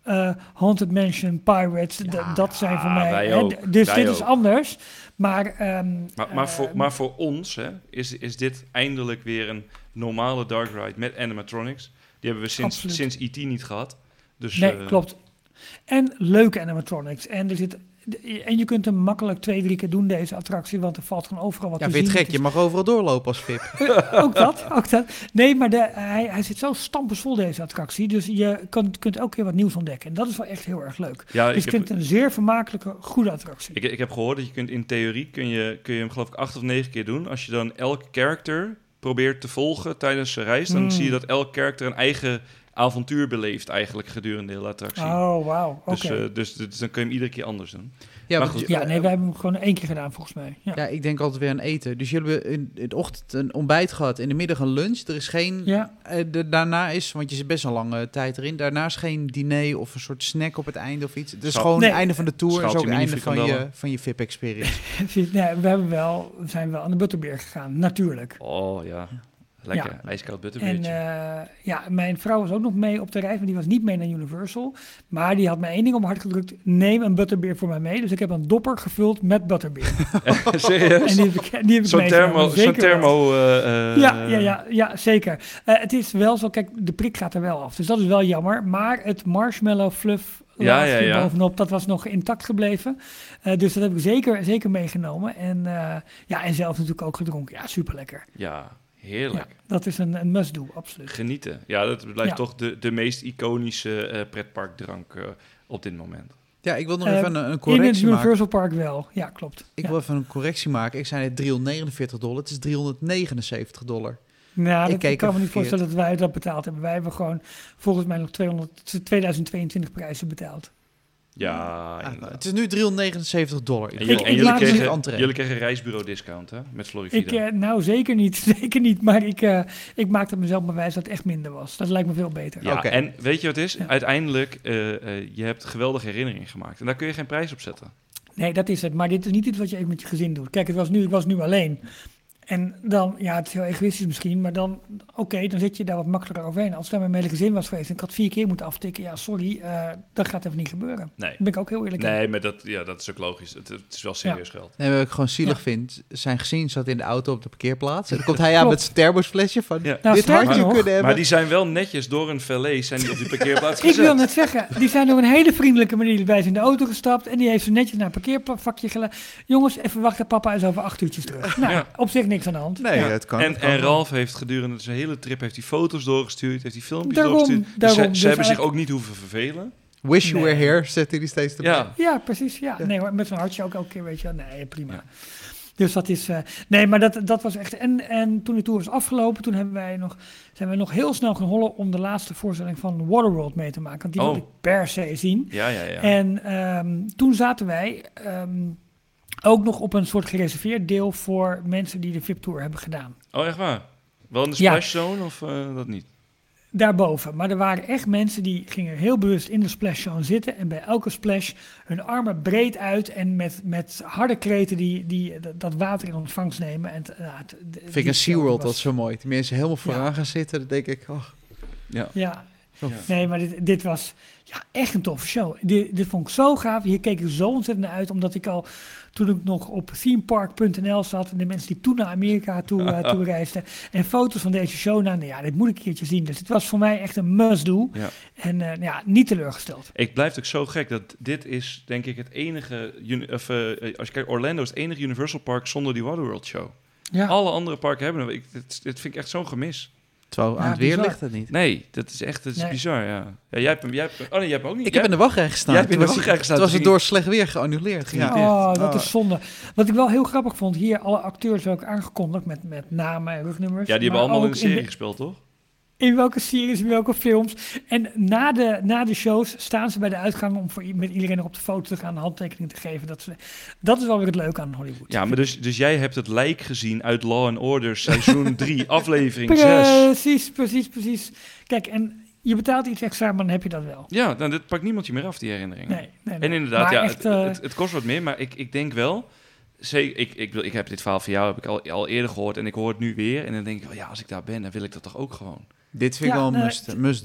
uh, Haunted Mansion, Pirates, Ja, d- dat zijn voor ah, mij. wij Hè, ook, d- dus wij dit ook. is anders. Maar, um, Maar, maar, uh, voor, maar voor ons hè, is, is dit eindelijk weer een normale dark ride met animatronics. Die hebben we sinds, sinds E T niet gehad. Dus, nee, uh, klopt. En leuke animatronics. En er zit... En je kunt hem makkelijk twee, drie keer doen, deze attractie, want er valt gewoon overal wat Ja, te vind je zien. het gek? Je mag overal doorlopen als V I P. ook dat, ook dat. Nee, maar de, hij, hij zit zo stampensvol, deze attractie. Dus je kunt, kunt elke keer wat nieuws ontdekken. En dat is wel echt heel erg leuk. ja, dus ik ik heb, vind het een zeer vermakelijke, goede attractie. ik, ik heb gehoord dat je kunt in theorie kun je, kun je hem geloof ik acht of negen keer doen. Als je dan elke character probeert te volgen tijdens zijn reis, dan Hmm. zie je dat elk character een eigen avontuur beleeft eigenlijk gedurende de hele attractie. Oh, wauw. Oké. Dus, uh, dus, dus dan kun je hem iedere keer anders doen. Ja, Maar want goed. je- Ja, nee, wij hebben hem gewoon één keer gedaan, volgens mij. Ja. Ja, ik denk altijd weer aan eten. Dus jullie hebben in, in de ochtend een ontbijt gehad, in de middag een lunch. Er is geen... Ja. eh, de, daarna is, want je zit best een lange tijd erin, daarna is geen diner of een soort snack op het einde of iets. Het is Schaal- gewoon Nee. het einde van de tour. Het is ook Schaaltje het einde van je, mini-frikandellen. van je V I P-experience. Nee, we, hebben wel, we zijn wel aan de Butterbeer gegaan, natuurlijk. Oh ja, lekker. Ja. IJskoud En butterbeertje. uh, ja, mijn vrouw was ook nog mee op de reis, maar die was niet mee naar Universal. Maar die had mij één ding op mijn hart gedrukt, neem een butterbeer voor mij mee. Dus ik heb een dopper gevuld met butterbeer. Serieus? En die heb ik, die heb ik Zo'n meegenomen, thermo, zeker zo'n wel. thermo uh, uh, Ja, ja, ja, ja, zeker. Uh, het is wel zo, kijk, de prik gaat er wel af. Dus dat is wel jammer. Maar het marshmallow fluff Ja, laagje ja, ja. bovenop, dat was nog intact gebleven. Uh, dus dat heb ik zeker, zeker meegenomen. En, uh, ja, en zelf natuurlijk ook gedronken. Ja, super lekker. Ja, heerlijk. Ja, dat is een, een must-do, absoluut. Genieten. Ja, dat blijft Ja. toch de, de meest iconische uh, pretparkdrank uh, op dit moment. Ja, ik wil nog Uh, even een, een In het correctie maken. Universal Park wel, ja, klopt. Ik ja. wil even een correctie maken. Ik zei net driehonderdnegenenveertig dollar. Het is driehonderdnegenenzeventig dollar. Nou, Ik dat, ik keek kan me even niet voorstellen dat wij dat betaald hebben. Wij hebben gewoon volgens mij nog tweehonderd, tweeduizend tweeëntwintig prijzen betaald. Ja, Ah, inderdaad. het is nu driehonderdnegenenzeventig dollar. En, Ik- jullie, ik en jullie, laat me- kregen, entree. jullie kregen een reisbureau discount, hè? Met Ik, Florivida. eh, nou, zeker niet. Zeker niet. Maar ik, uh, ik maakte mezelf bewijs dat het echt minder was. Dat lijkt me veel beter. Ja, Oké. en weet je wat het is? Ja. Uiteindelijk, uh, uh, je hebt geweldige herinneringen gemaakt. En daar kun je geen prijs op zetten. Nee, dat is het. Maar dit is niet iets wat je even met je gezin doet. Kijk, het was nu, ik was nu alleen. En dan, ja, het is heel egoïstisch misschien, maar dan, oké, okay, dan zit je daar wat makkelijker overheen. Als het dan met mijn hele gezin was geweest en ik had vier keer moeten aftikken, ja, sorry, uh, dat gaat even niet gebeuren. Nee. Daar ben ik ook heel eerlijk in. Nee, maar dat, ja, dat is ook logisch. Het, het is wel serieus geld. Nee, wat ik gewoon zielig Ja. vind, zijn gezin zat in de auto op de parkeerplaats. En dan komt hij aan Klopt. met zijn thermosflesje van, Ja. Nou, dit sterker had je nog, kunnen hebben. Maar die zijn wel netjes door een valet zijn die op die parkeerplaats Ik gezet. wil net zeggen, die zijn op een hele vriendelijke manier bij ze in de auto gestapt en die heeft ze netjes naar een parkeervakje gelaten. Jongens, even wachten, papa is over acht uurtjes terug. Nou, Ja. op zich niks aan de hand. Nee, Ja. het kan. En, het kan en wel. Ralf heeft gedurende zijn hele trip heeft hij foto's doorgestuurd, heeft hij filmpjes Daarom, doorgestuurd. Dus daarom. ze, Dus ze hebben zich eigenlijk- ook niet hoeven vervelen. Wish you Nee. were here, zet hij die steeds erbij. Ja, Ja, precies. Ja. Ja. Nee, maar met zo'n hartje ook elke keer, weet je wel. Nee, prima. Ja. Dus dat is... Uh, nee, maar dat, dat was echt... En, en toen de tour was afgelopen, toen hebben wij nog, zijn we nog heel snel gaan hollen om de laatste voorstelling van Waterworld mee te maken. Want die Oh. wilde ik per se zien. ja, ja. ja. En um, toen zaten wij um, ook nog op een soort gereserveerd deel voor mensen die de V I P-tour hebben gedaan. Oh, echt waar? Wel in de Ja. splash zone of uh, dat niet? Daarboven. Maar er waren echt mensen die gingen heel bewust in de splash zone zitten. En bij elke splash hun armen breed uit. En met, met harde kreten die, die dat water in ontvangst nemen. En, uh, het, de, Vind ik een SeaWorld dat zo mooi. Die mensen helemaal vooraan Ja. gaan zitten, dan denk ik, oh, Ja. Ja, zo. Ja. nee, maar dit, dit was ja, echt een toffe show. Dit, dit vond ik zo gaaf. Hier keek ik zo ontzettend naar uit. Omdat ik al, toen ik nog op themepark punt n l zat. En de mensen die toen naar Amerika toe, uh, toe reisden. En foto's van deze show. Nou, nou ja, dit moet ik een keertje zien. Dus het was voor mij echt een must-do. Ja. En uh, ja, niet teleurgesteld. Ik blijf het ook zo gek dat dit is denk ik het enige, uni- of, uh, als je kijkt, Orlando is het enige Universal Park zonder die Waterworld show. Ja. Alle andere parken hebben hem. Ik, dit, dit vind ik echt zo'n gemis. Terwijl Ja, aan het weer bizar. ligt het niet. Nee, dat is echt dat is Nee. bizar, ja. ja. Jij hebt hem, jij hebt hem, oh nee, jij hebt hem ook niet. Ik Jij- heb in de wachtrij gestaan. Jij hebt in de Toen was wachtrij hij- gestaan. toen was het Toen door slecht weer geannuleerd. Ging Ja. het dicht. Oh, dat Oh. is zonde. Wat ik wel heel grappig vond, hier alle acteurs ook aangekondigd met, met namen en rugnummers. Ja, die hebben maar allemaal in ook de serie de- gespeeld, toch? in welke series, in welke films. En na de, na de shows staan ze bij de uitgang om voor, i- met iedereen nog op de foto te gaan, een handtekening te geven. Dat, ze, dat is wel weer het leuke aan Hollywood. Ja, maar dus, dus jij hebt het lijk gezien uit Law and Order seizoen drie, aflevering zes. Precies, precies, precies. Kijk, en je betaalt iets extra, maar dan heb je dat wel. Ja, nou, dit pakt niemand je meer af, die herinneringen. Nee, nee, nee. En inderdaad, Maar ja, echt, het, eh, het, het kost wat meer, maar ik, ik denk wel... Zeker, ik, ik, wil, ik heb dit verhaal van jou heb ik al, al eerder gehoord en ik hoor het nu weer. En dan denk ik, oh ja, als ik daar ben, dan wil ik dat toch ook gewoon. Dit vind ik Ja, wel een nee, must, must do.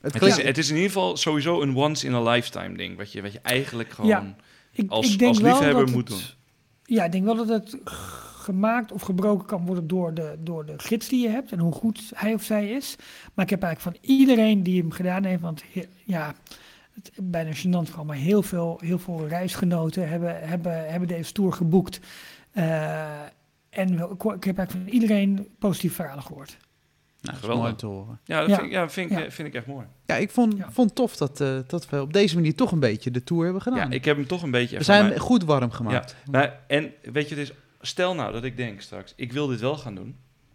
Het Het klinkt, is, het is in ieder geval sowieso een once-in-a-lifetime ding. Wat je, wat je eigenlijk gewoon Ja, ik, als, ik denk als wel liefhebber dat moet het- doen. Ja, ik denk wel dat het gemaakt of gebroken kan worden door de, door de gids die je hebt en hoe goed hij of zij is. Maar ik heb eigenlijk van iedereen die hem gedaan heeft, want he- ja, het is bijna gênant gewoon, maar heel veel, heel veel reisgenoten hebben, hebben, hebben deze tour geboekt. Uh, en wel- ik, ik heb eigenlijk van iedereen positieve verhalen gehoord. nou, dat is Geweldig. mooi om te horen. Ja, dat Ja. Vind, ik- ja, vind, ik, Ja. eh, vind ik echt mooi. Ja, ik vond, Ja. vond tof dat, uh, dat we op deze manier toch een beetje de tour hebben gedaan. Ja, ik heb hem toch een beetje... we van zijn mij- goed warm gemaakt. Ja, nou, en weet je, het is, stel nou dat ik denk straks, ik wil dit wel gaan doen.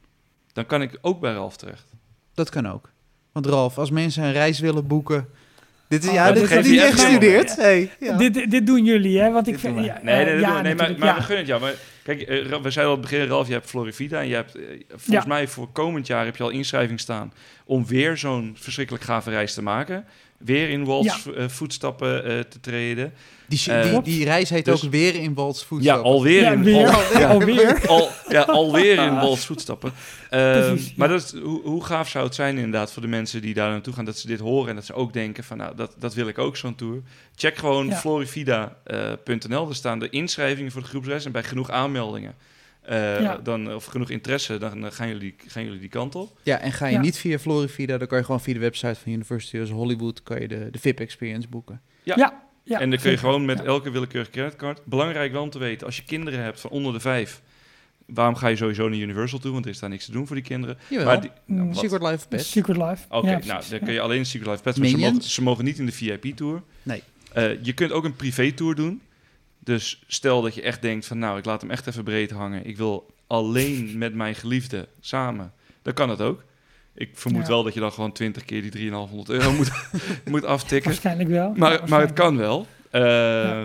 Dan kan ik ook bij Ralf terecht. Dat kan ook. Want Ralf, als mensen een reis willen boeken... Dit is, Oh, ja, dat dit is geeft niet hij echt echt gestudeerd. Hey, ja. Dit, dit, dit doen jullie, hè? Want ik Dit vind... doen Ja, wij. nee, nee, eh, dat ja, doen we- nee, maar, natuurlijk, maar ja. we gunnen het jou. Maar kijk, eh, Ra- we zeiden al aan het begin, Ralf, je hebt Florivida en je hebt, eh, volgens Ja. mij voor komend jaar heb je al inschrijving staan om weer zo'n verschrikkelijk gave reis te maken. Weer in Walt's Ja. eh, voetstappen eh, te treden. Die, sh- Eh, die, die reis heet dus- ook weer in Walt's Ja, voetstappen. alweer Ja, in weer. al- ja, Alweer. Al, ja, alweer in Walt's voetstappen. Ehm, Precies, ja. Maar dat is, hoe, hoe gaaf zou het zijn inderdaad voor de mensen die daar naartoe gaan, dat ze dit horen en dat ze ook denken van, nou, dat, dat wil ik ook, zo'n tour. Check gewoon Ja. florivida punt n l. Er staan de inschrijvingen voor de groepsreis en bij genoeg aanmeldingen, eh, Ja. dan, of genoeg interesse, dan eh, gaan jullie, gaan jullie die kant op. Ja, en ga je Ja. niet via Florivida, dan kan je gewoon via de website van University of Hollywood kan je de, de V I P-experience boeken. Ja. Ja, ja, en dan kun je zeker. gewoon met Ja. elke willekeurige creditcard. Belangrijk wel om te weten, als je kinderen hebt van onder de vijf, waarom ga je sowieso naar Universal toe? Want er is daar niks te doen voor die kinderen. Jawel, Maar die, Mm. nou, wat? Secret Life Pet. Secret Life. Oké, Ja, nou, precies, dan ja. kun je alleen Secret Life Pets, maar ze Minions? mogen, ze mogen niet in de V I P-tour. Nee. Uh, je kunt ook een privé-tour doen. Dus stel dat je echt denkt van, nou, ik laat hem echt even breed hangen. Ik wil alleen met mijn geliefde samen. Dan kan het ook. Ik vermoed Ja. wel dat je dan gewoon twintig keer die drieduizend vijfhonderd euro moet, moet aftikken. Waarschijnlijk wel. Maar, Ja, maar het waarschijnlijk. kan wel. Uh,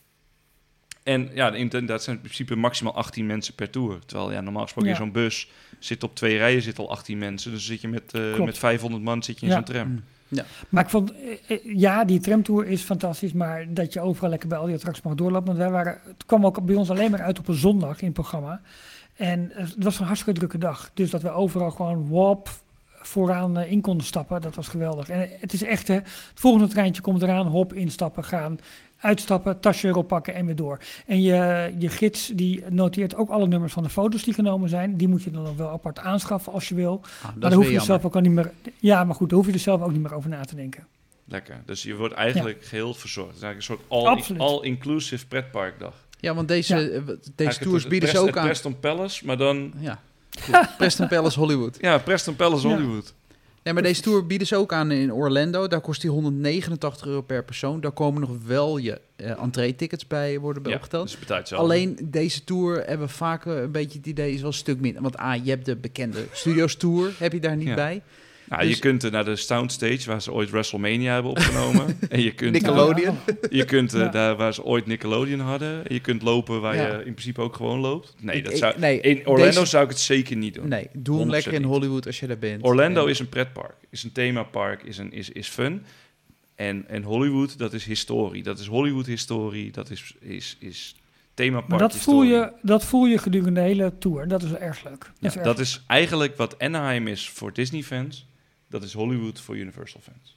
En ja, dat zijn in principe maximaal achttien mensen per tour. Terwijl ja, normaal gesproken Ja. in zo'n bus zit op twee rijen zit al achttien mensen. Dus zit je met, uh, Klopt. met vijfhonderd man zit je in Ja. zo'n tram. Mm. Ja. Maar ik vond, eh, eh, ja, die tramtour is fantastisch, maar dat je overal lekker bij al die attracties mag doorlopen. Want wij waren, het kwam ook bij ons alleen maar uit op een zondag in het programma. En eh, het was een hartstikke drukke dag. Dus dat we overal gewoon wop vooraan eh, in konden stappen, dat was geweldig. En eh, het is echt, hè, het volgende treintje komt eraan, hop, instappen, gaan, uitstappen, tasje erop pakken en weer door. En je, je gids die noteert ook alle nummers van de foto's die genomen zijn. Die moet je dan nog wel apart aanschaffen als je wil. Ah, dat maar is daar hoef weer je er zelf jammer. ook al niet meer. Ja, maar goed, daar hoef je er zelf ook niet meer over na te denken. Lekker. Dus je wordt eigenlijk geheel verzorgd. Het is eigenlijk een soort Absoluut. all- all-inclusive pretparkdag. Ja, want deze, Ja. eh, w- deze Eigenlijk tours het- bieden het ze Prest- ook het aan. Preston Palace, maar dan... Ja, goed. Preston Palace Hollywood. Ja, Preston Palace Ja. Hollywood. Nee, maar deze tour bieden ze ook aan in Orlando. Daar kost die honderdnegenentachtig euro per persoon. Daar komen nog wel je uh, entree-tickets bij worden bij Ja, opgeteld. dus je betaalt zelf. Alleen deze tour hebben we vaak uh, een beetje het idee is wel een stuk minder. Want ah, je hebt de bekende Studios Tour, heb je daar niet Ja. bij. Nou, dus- je kunt uh, naar de Soundstage, waar ze ooit WrestleMania hebben opgenomen. en je kunt, Nickelodeon. je kunt uh, Ja. daar waar ze ooit Nickelodeon hadden. En je kunt lopen waar Ja. je in principe ook gewoon loopt. Nee, Ik- dat ik- zou, nee, in Orlando deze- zou ik het zeker niet doen. Nee, doe hem honderd lekker in procent Hollywood als je daar bent. Orlando En- is een pretpark, is een themapark, is, een, is, is fun. En, en Hollywood, dat is historie. Dat is Hollywood-historie, dat is, is, is themapark Maar dat voel, historie. je, dat voel je gedurende de hele tour. Dat is erg leuk. Dat Ja, is erg dat leuk. is eigenlijk wat Anaheim is voor Disney-fans. Dat is Hollywood voor Universal-fans.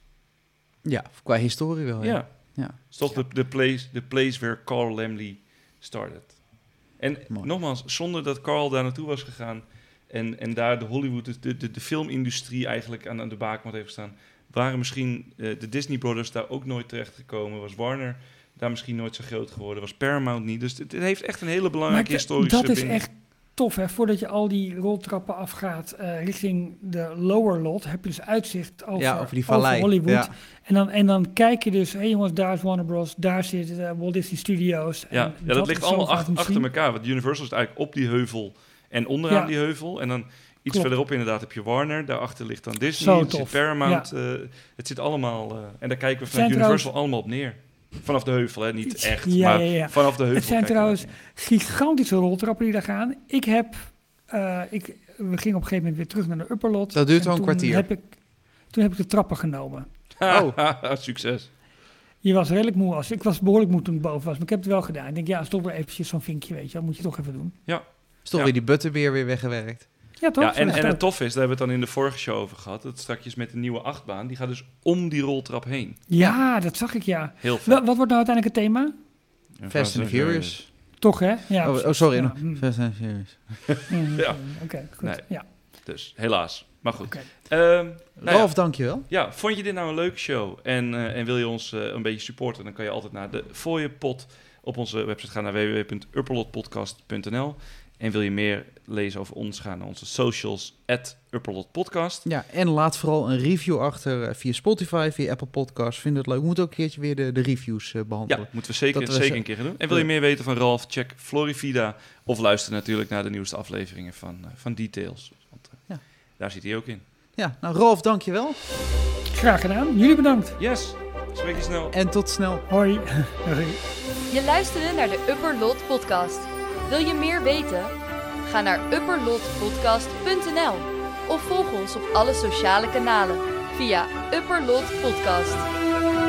Ja, qua historie wel. Ja. Ja. Ja. Het is toch de, de, place, the place where Carl Laemmle started. En Mooi. nogmaals, zonder dat Carl daar naartoe was gegaan... en, en daar de Hollywood, de, de, de filmindustrie eigenlijk aan, aan de baakmat heeft gestaan... waren misschien uh, de Disney Brothers daar ook nooit terecht gekomen. Was Warner daar misschien nooit zo groot geworden. Was Paramount niet. Dus het, het heeft echt een hele belangrijke Maar historische dat is binding. echt tof, hè? Voordat je al die roltrappen afgaat uh, richting de lower lot, heb je dus uitzicht over, Ja, over die vallei. Hollywood. Ja. En, dan, en dan kijk je dus, hé hey jongens, daar is Warner Bros., daar zit uh, Walt Disney Studios. Ja, En ja, dat ligt is zo allemaal gaaf ach- om te achter zien. elkaar. Want Universal is eigenlijk op die heuvel en onderaan Ja. die heuvel. En dan iets Klopt. verderop inderdaad heb je Warner. Daarachter ligt dan Zo Disney. Er zit tof. Paramount. uh, het zit allemaal... Uh, en daar kijken we Het zijn vanuit Universal trouwens- allemaal op neer. Vanaf de heuvel, hè? Niet echt, Ja, maar ja, ja. vanaf de heuvel. Het zijn kijken we trouwens daar neer. gigantische roltrappen die daar gaan. Ik heb, uh, ik, we gingen op een gegeven moment weer terug naar de upper lot. Dat duurt En wel een toen kwartier. Heb ik, toen heb ik de trappen genomen. Oh. Succes. Je was redelijk moe. Als, ik was behoorlijk moe toen ik boven was, maar ik heb het wel gedaan. Ik denk, ja, is toch weer eventjes zo'n vinkje, weet je. Dat moet je toch even doen. Is toch Ja. weer die butterbeer weer weggewerkt. Ja, toch? Ja, Zo en, is en het het ook. tof is, daar hebben we het dan in de vorige show over gehad, dat straks met de nieuwe achtbaan, die gaat dus om die roltrap heen. Ja, dat zag ik, ja. Heel vet. Wel, wat wordt nou uiteindelijk het thema? En Fast and Furious. Toch, hè? Ja, Oh, oh, sorry. Ja, nog. mm, Fast and Furious. mm, Ja. Oké, goed. Nee. Ja, Dus, helaas. Maar goed. oké. Ehm, nou ja. Ralf, dankjewel. Ja, vond je dit nou een leuke show en, uh, en wil je ons uh, een beetje supporten, dan kan je altijd naar de Fooiepot op onze website gaan naar w w w punt upperlotpodcast punt n l. En wil je meer lezen over ons, ga naar onze socials, at upperlotpodcast. Ja, en laat vooral een review achter uh, via Spotify, via Apple Podcasts. Vind het leuk. We moeten ook een keertje weer de, de reviews uh, behandelen. Ja, moeten we zeker, Dat we zeker ze- een keer gaan doen. En wil je meer weten van Ralf, check Florivida of luister natuurlijk naar de nieuwste afleveringen van, uh, van Details. Want uh, Ja. daar zit hij ook in. Ja, nou Ralf, dankjewel. Graag gedaan. Jullie bedankt. Yes, spreek je snel. En tot snel. Hoi. Hoi. Je luisterde naar de Upper Lot podcast. Wil je meer weten? Ga naar upperlotpodcast punt n l of volg ons op alle sociale kanalen via Upper Lot Podcast.